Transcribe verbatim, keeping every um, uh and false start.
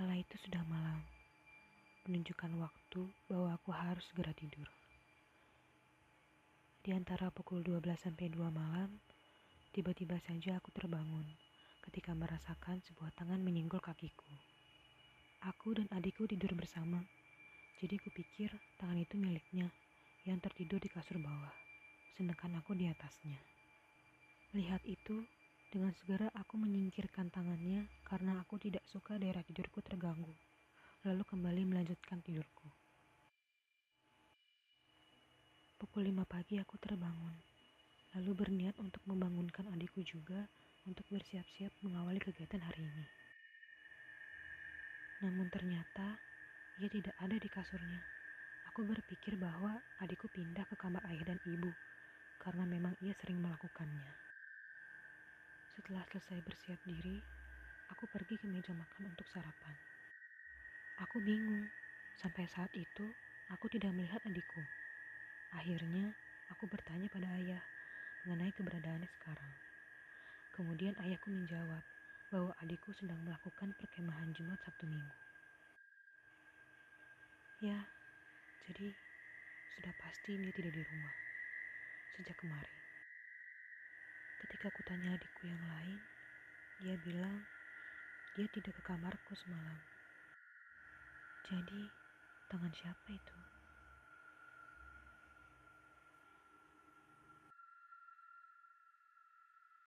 Kala itu sudah malam, menunjukkan waktu bahwa aku harus segera tidur. Di antara pukul dua belas sampai dua malam, tiba-tiba saja aku terbangun ketika merasakan sebuah tangan menyenggol kakiku. Aku dan adikku tidur bersama, jadi kupikir tangan itu miliknya yang tertidur di kasur bawah, sedangkan aku di atasnya. Melihat itu, dengan segera aku menyingkirkan tangannya karena aku tidak suka daerah tidurku terganggu, lalu kembali melanjutkan tidurku. Pukul lima pagi aku terbangun, lalu berniat untuk membangunkan adikku juga untuk bersiap-siap mengawali kegiatan hari ini. Namun ternyata ia tidak ada di kasurnya. Aku berpikir bahwa adikku pindah ke kamar ayah dan ibu karena memang ia sering melakukannya. Setelah selesai bersiap diri, aku pergi ke meja makan untuk sarapan. Aku bingung, sampai saat itu aku tidak melihat adikku. Akhirnya aku bertanya pada ayah mengenai keberadaannya sekarang. Kemudian ayahku menjawab bahwa adikku sedang melakukan perkemahan Jumat Sabtu Minggu. Ya, jadi sudah pasti dia tidak di rumah sejak kemarin. Ketika kutanya adikku yang lain, dia bilang dia tidak ke kamarku semalam. Jadi, tangan siapa itu?